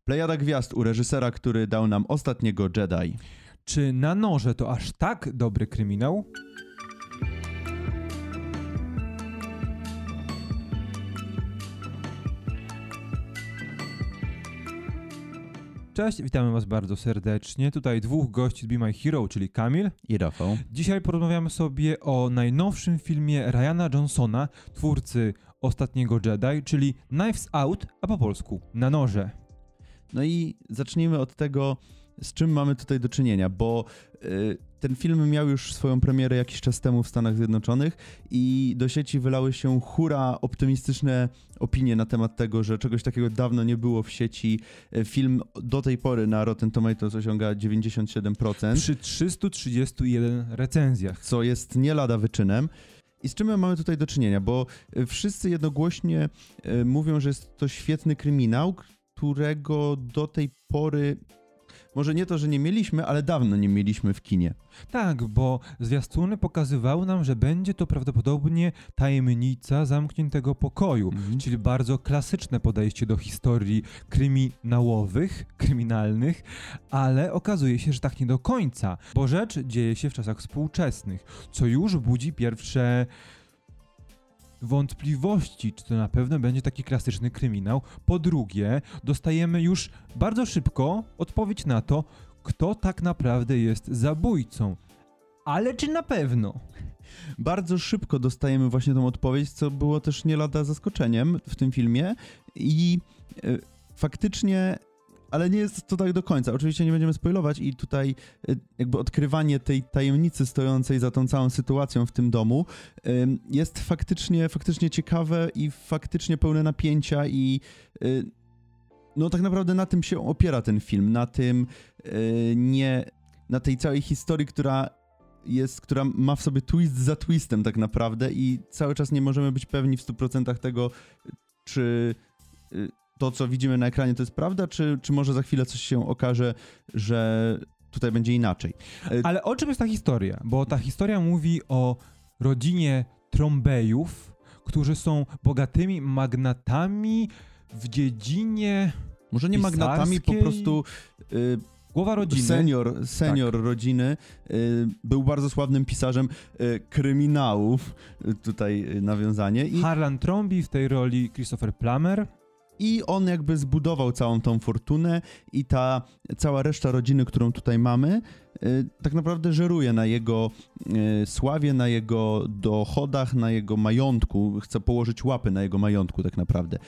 Plejada gwiazd u reżysera, który dał nam Ostatniego Jedi. Czy Na noże to aż tak dobry kryminał? Cześć, witamy Was bardzo serdecznie. Tutaj dwóch gości z Be My Hero, czyli Kamil I Rafał. Dzisiaj porozmawiamy sobie o najnowszym filmie Ryana Johnsona, twórcy Ostatniego Jedi, czyli Knives Out, a po polsku Na noże. No i zacznijmy od tego, z czym mamy tutaj do czynienia, bo ten film miał już swoją premierę jakiś czas temu w Stanach Zjednoczonych i do sieci wylały się hura optymistyczne opinie na temat tego, że czegoś takiego dawno nie było w sieci. Film do tej pory na Rotten Tomatoes osiąga 97%. Przy 331 recenzjach. Co jest nie lada wyczynem. I z czym my mamy tutaj do czynienia, bo wszyscy jednogłośnie mówią, że jest to świetny kryminał, którego do tej pory, może nie to, że nie mieliśmy, ale dawno nie mieliśmy w kinie. Tak, bo zwiastuny pokazywały nam, że będzie to prawdopodobnie tajemnica zamkniętego pokoju, czyli bardzo klasyczne podejście do historii kryminalnych, ale okazuje się, że tak nie do końca, bo rzecz dzieje się w czasach współczesnych, co już budzi pierwsze wątpliwości, czy to na pewno będzie taki klasyczny kryminał. Po drugie, dostajemy już bardzo szybko odpowiedź na to, kto tak naprawdę jest zabójcą. Ale czy na pewno? Bardzo szybko dostajemy właśnie tą odpowiedź, co było też nie lada zaskoczeniem w tym filmie i faktycznie, ale nie jest to tak do końca. Oczywiście nie będziemy spoilować i tutaj jakby odkrywanie tej tajemnicy stojącej za tą całą sytuacją w tym domu jest faktycznie ciekawe i faktycznie pełne napięcia i no tak naprawdę na tym się opiera ten film, na tej całej historii, która ma w sobie twist za twistem tak naprawdę i cały czas nie możemy być pewni w 100% tego, czy to, co widzimy na ekranie, to jest prawda, czy może za chwilę coś się okaże, że tutaj będzie inaczej. Ale o czym jest ta historia? Bo ta historia mówi o rodzinie Trombejów, którzy są bogatymi magnatami w dziedzinie może nie pisarskiej. Magnatami, po prostu głowa rodziny. Senior tak. rodziny był bardzo sławnym pisarzem kryminałów, tutaj nawiązanie. Harlan Trombi, w tej roli Christopher Plummer. I on jakby zbudował całą tą fortunę i ta cała reszta rodziny, którą tutaj mamy, tak naprawdę żeruje na jego sławie, na jego dochodach, na jego majątku. Chce położyć łapy na jego majątku tak naprawdę.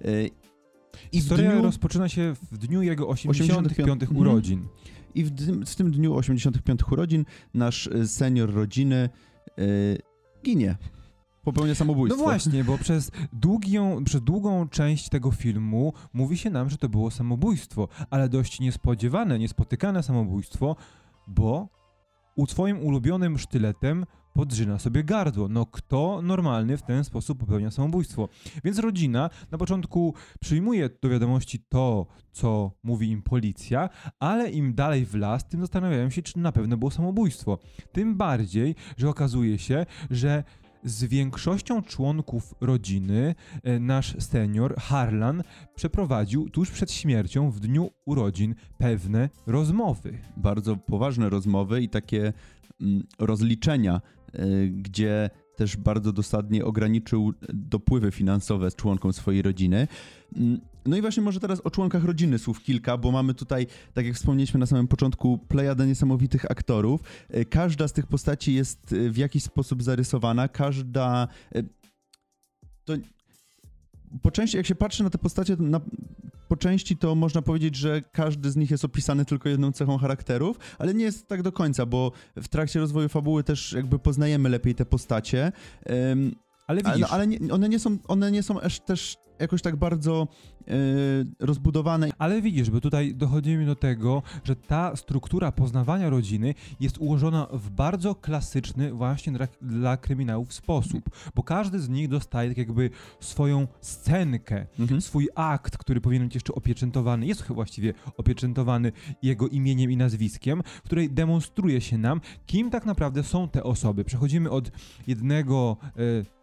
Historia rozpoczyna się w dniu jego 85 urodzin. I w tym dniu 85 urodzin nasz senior rodziny ginie. Popełnia samobójstwo. No właśnie, bo przez długą część tego filmu mówi się nam, że to było samobójstwo, ale dość niespodziewane, niespotykane samobójstwo, bo swoim ulubionym sztyletem podrzyna sobie gardło. No kto normalny w ten sposób popełnia samobójstwo? Więc rodzina na początku przyjmuje do wiadomości to, co mówi im policja, ale im dalej w las, tym zastanawiają się, czy na pewno było samobójstwo. Tym bardziej, że okazuje się, że z większością członków rodziny nasz senior Harlan przeprowadził tuż przed śmiercią w dniu urodzin pewne rozmowy. Bardzo poważne rozmowy i takie rozliczenia, gdzie też bardzo dosadnie ograniczył dopływy finansowe członkom swojej rodziny. No i właśnie może teraz o członkach rodziny słów kilka, bo mamy tutaj, tak jak wspomnieliśmy na samym początku, plejadę niesamowitych aktorów. Każda z tych postaci jest w jakiś sposób zarysowana, po części, jak się patrzy na te postacie, po części to można powiedzieć, że każdy z nich jest opisany tylko jedną cechą charakterów, ale nie jest tak do końca, bo w trakcie rozwoju fabuły też jakby poznajemy lepiej te postacie. Ale widzisz... one nie są aż też jakoś tak bardzo rozbudowane. Ale widzisz, bo tutaj dochodzimy do tego, że ta struktura poznawania rodziny jest ułożona w bardzo klasyczny właśnie dla kryminałów sposób, bo każdy z nich dostaje tak jakby swoją scenkę, swój akt, który powinien być jeszcze opieczętowany, jest właściwie opieczętowany jego imieniem i nazwiskiem, w której demonstruje się nam, kim tak naprawdę są te osoby. Przechodzimy od jednego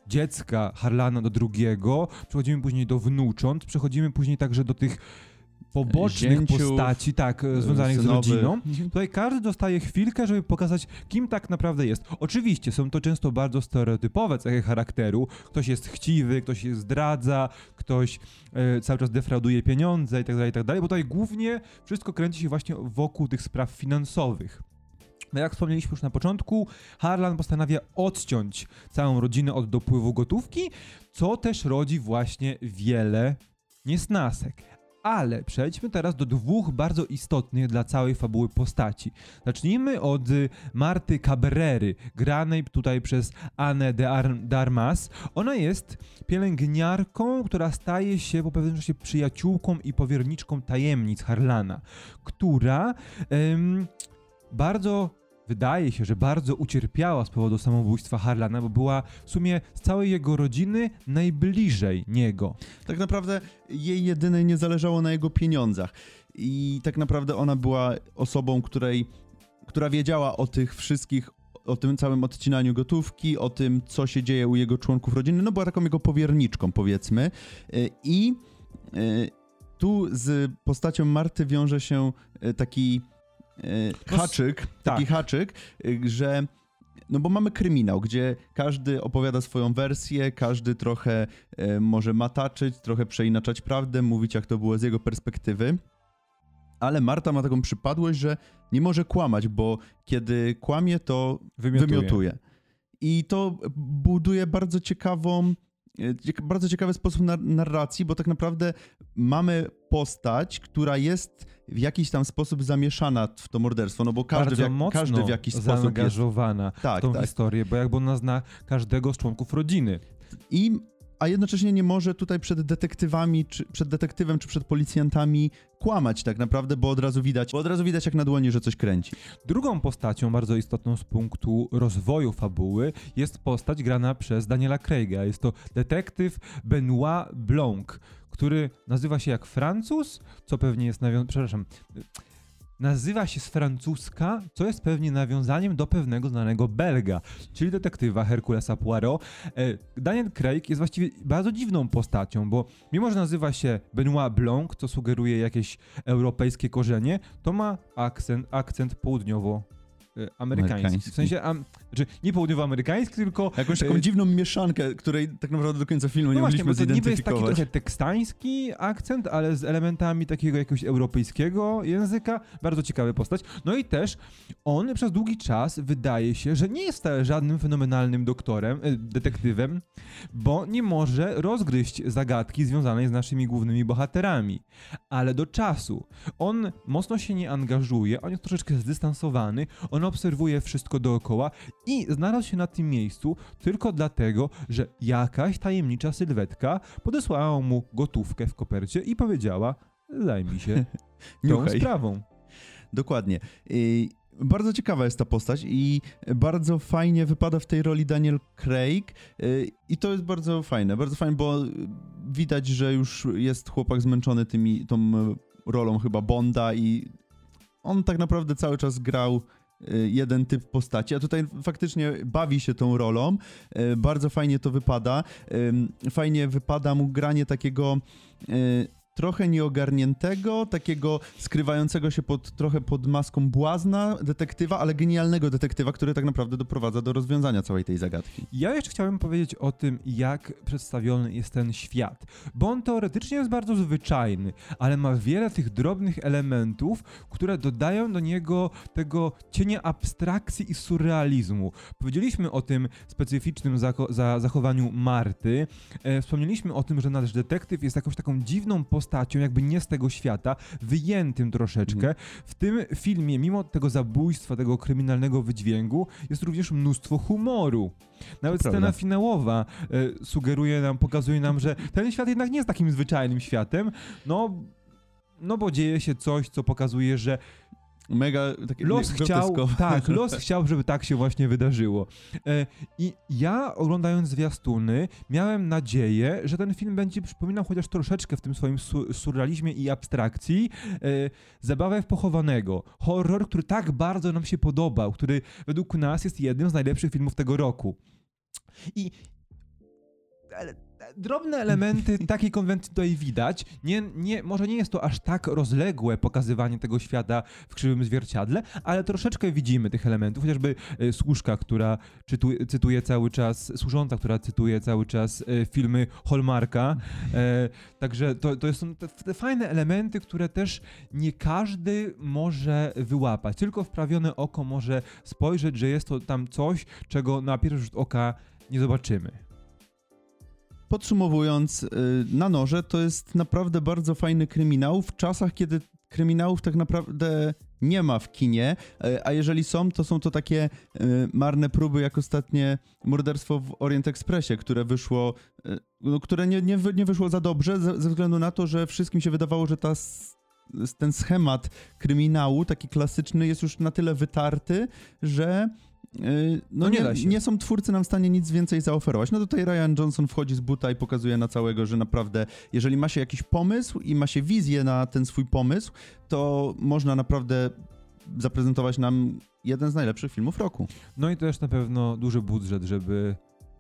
dziecka Harlana do drugiego, przechodzimy później do wnucząt, przechodzimy później także do tych pobocznych zięciów, postaci, tak, związanych synowych. z rodziną. Tutaj każdy dostaje chwilkę, żeby pokazać, kim tak naprawdę jest. Oczywiście są to często bardzo stereotypowe cechy charakteru. Ktoś jest chciwy, ktoś się zdradza, ktoś cały czas defrauduje pieniądze itd., bo tutaj głównie wszystko kręci się właśnie wokół tych spraw finansowych. No jak wspomnieliśmy już na początku, Harlan postanawia odciąć całą rodzinę od dopływu gotówki, co też rodzi właśnie wiele niesnasek. Ale przejdźmy teraz do dwóch bardzo istotnych dla całej fabuły postaci. Zacznijmy od Marty Cabrery, granej tutaj przez Annę de Armas. Ona jest pielęgniarką, która staje się po pewnym czasie przyjaciółką i powierniczką tajemnic Harlana, która wydaje się, że bardzo ucierpiała z powodu samobójstwa Harlana, bo była w sumie z całej jego rodziny najbliżej niego. Tak naprawdę jej jedynej nie zależało na jego pieniądzach. I tak naprawdę ona była osobą, która wiedziała o tych wszystkich, o tym całym odcinaniu gotówki, o tym, co się dzieje u jego członków rodziny. No była taką jego powierniczką, powiedzmy. I tu z postacią Marty wiąże się taki haczyk, że no bo mamy kryminał, gdzie każdy opowiada swoją wersję, każdy trochę może mataczyć, trochę przeinaczać prawdę, mówić jak to było z jego perspektywy, ale Marta ma taką przypadłość, że nie może kłamać, bo kiedy kłamie, to wymiotuje. I to buduje bardzo ciekawy sposób narracji, bo tak naprawdę mamy postać, która jest w jakiś tam sposób zamieszana w to morderstwo, no bo każdy w jakiś sposób zaangażowana w tą historię, bo jakby ona zna każdego z członków rodziny. A jednocześnie nie może tutaj przed detektywami, czy przed detektywem, czy przed policjantami kłamać tak naprawdę, bo od razu widać jak na dłoni, że coś kręci. Drugą postacią bardzo istotną z punktu rozwoju fabuły jest postać grana przez Daniela Craiga. Jest to detektyw Benoit Blanc, który nazywa się jak Francuz, co pewnie jest nazywa się z francuska, co jest pewnie nawiązaniem do pewnego znanego Belga, czyli detektywa Herculesa Poirot. Daniel Craig jest właściwie bardzo dziwną postacią, bo mimo, że nazywa się Benoit Blanc, co sugeruje jakieś europejskie korzenie, to ma akcent południowo-amerykański. W sensie, nie południowoamerykański, tylko... Jakąś taką dziwną mieszankę, której tak naprawdę do końca filmu nie mogliśmy zidentyfikować. Niby jest taki trochę teksański akcent, ale z elementami takiego jakiegoś europejskiego języka. Bardzo ciekawa postać. No i też on przez długi czas wydaje się, że nie jest żadnym fenomenalnym detektywem, bo nie może rozgryźć zagadki związanej z naszymi głównymi bohaterami. Ale do czasu. On mocno się nie angażuje, on jest troszeczkę zdystansowany, on obserwuje wszystko dookoła i znalazł się na tym miejscu tylko dlatego, że jakaś tajemnicza sylwetka podesłała mu gotówkę w kopercie i powiedziała: zajmij się tą sprawą. Dokładnie. Bardzo ciekawa jest ta postać i bardzo fajnie wypada w tej roli Daniel Craig i to jest bardzo fajne, bo widać, że już jest chłopak zmęczony tą rolą chyba Bonda i on tak naprawdę cały czas grał jeden typ postaci, a tutaj faktycznie bawi się tą rolą, bardzo fajnie to wypada, fajnie wypada mu granie takiego trochę nieogarniętego, takiego skrywającego się trochę pod maską błazna detektywa, ale genialnego detektywa, który tak naprawdę doprowadza do rozwiązania całej tej zagadki. Ja jeszcze chciałem powiedzieć o tym, jak przedstawiony jest ten świat, bo on teoretycznie jest bardzo zwyczajny, ale ma wiele tych drobnych elementów, które dodają do niego tego cienia abstrakcji i surrealizmu. Powiedzieliśmy o tym specyficznym zachowaniu Marty, wspomnieliśmy o tym, że nasz detektyw jest jakąś taką dziwną postacią, jakby nie z tego świata, wyjętym troszeczkę. W tym filmie, mimo tego zabójstwa, tego kryminalnego wydźwięku, jest również mnóstwo humoru. Nawet scena finałowa pokazuje nam, że ten świat jednak nie jest takim zwyczajnym światem, no bo dzieje się coś, co pokazuje, że mega takie los chciał, żeby tak się właśnie wydarzyło. I ja, oglądając zwiastuny, miałem nadzieję, że ten film będzie przypominał chociaż troszeczkę w tym swoim surrealizmie i abstrakcji Zabawę w pochowanego. Horror, który tak bardzo nam się podobał, który według nas jest jednym z najlepszych filmów tego roku. Ale drobne elementy takiej konwencji tutaj widać. Może nie jest to aż tak rozległe pokazywanie tego świata w krzywym zwierciadle, ale troszeczkę widzimy tych elementów, chociażby służka, która cytuje cały czas, służąca, która cytuje cały czas filmy Hallmarka. Także to są te fajne elementy, które też nie każdy może wyłapać. Tylko wprawione oko może spojrzeć, że jest to tam coś, czego na pierwszy rzut oka nie zobaczymy. Podsumowując, Na noże to jest naprawdę bardzo fajny kryminał w czasach, kiedy kryminałów tak naprawdę nie ma w kinie, a jeżeli są, to są to takie marne próby, jak ostatnie Morderstwo w Orient Expressie, które wyszło, które nie wyszło za dobrze, ze względu na to, że wszystkim się wydawało, że ten schemat kryminału, taki klasyczny, jest już na tyle wytarty, że nie są twórcy nam w stanie nic więcej zaoferować. No tutaj Rian Johnson wchodzi z buta i pokazuje na całego, że naprawdę, jeżeli ma się jakiś pomysł i ma się wizję na ten swój pomysł, to można naprawdę zaprezentować nam jeden z najlepszych filmów roku. No i też na pewno duży budżet, żeby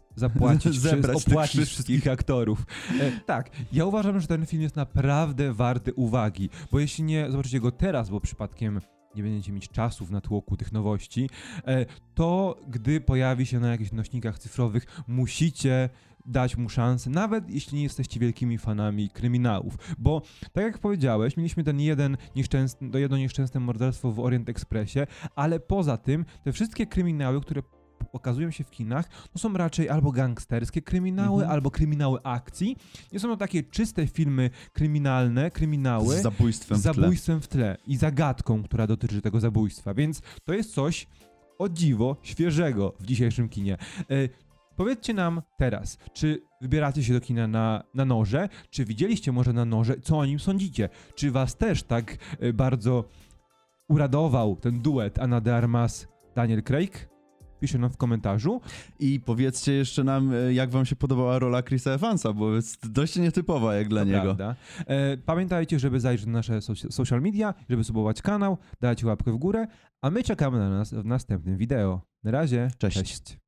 opłacić wszystkich aktorów. Tak, ja uważam, że ten film jest naprawdę warty uwagi, bo jeśli nie zobaczycie go teraz, bo przypadkiem nie będziecie mieć czasu w natłoku tych nowości, to gdy pojawi się na jakichś nośnikach cyfrowych, musicie dać mu szansę, nawet jeśli nie jesteście wielkimi fanami kryminałów. Bo, tak jak powiedziałeś, mieliśmy jedno nieszczęsne morderstwo w Orient Expressie, ale poza tym te wszystkie kryminały, które okazują się w kinach, to są raczej albo gangsterskie kryminały, albo kryminały akcji. Nie są to takie czyste filmy kryminały z zabójstwem w tle i zagadką, która dotyczy tego zabójstwa. Więc to jest coś, o dziwo, świeżego w dzisiejszym kinie. Powiedzcie nam teraz, czy wybieracie się do kina na noże? Czy widzieliście może Na noże? Co o nim sądzicie? Czy was też tak bardzo uradował ten duet Ana de Armas, Daniel Craig? Piszcie nam w komentarzu. I powiedzcie jeszcze nam, jak wam się podobała rola Chrisa Evansa, bo jest dość nietypowa jak dla niego. Prawda. Pamiętajcie, żeby zajrzeć na nasze social media, żeby subować kanał, dać łapkę w górę, a my czekamy na nas w następnym wideo. Na razie, cześć. Cześć.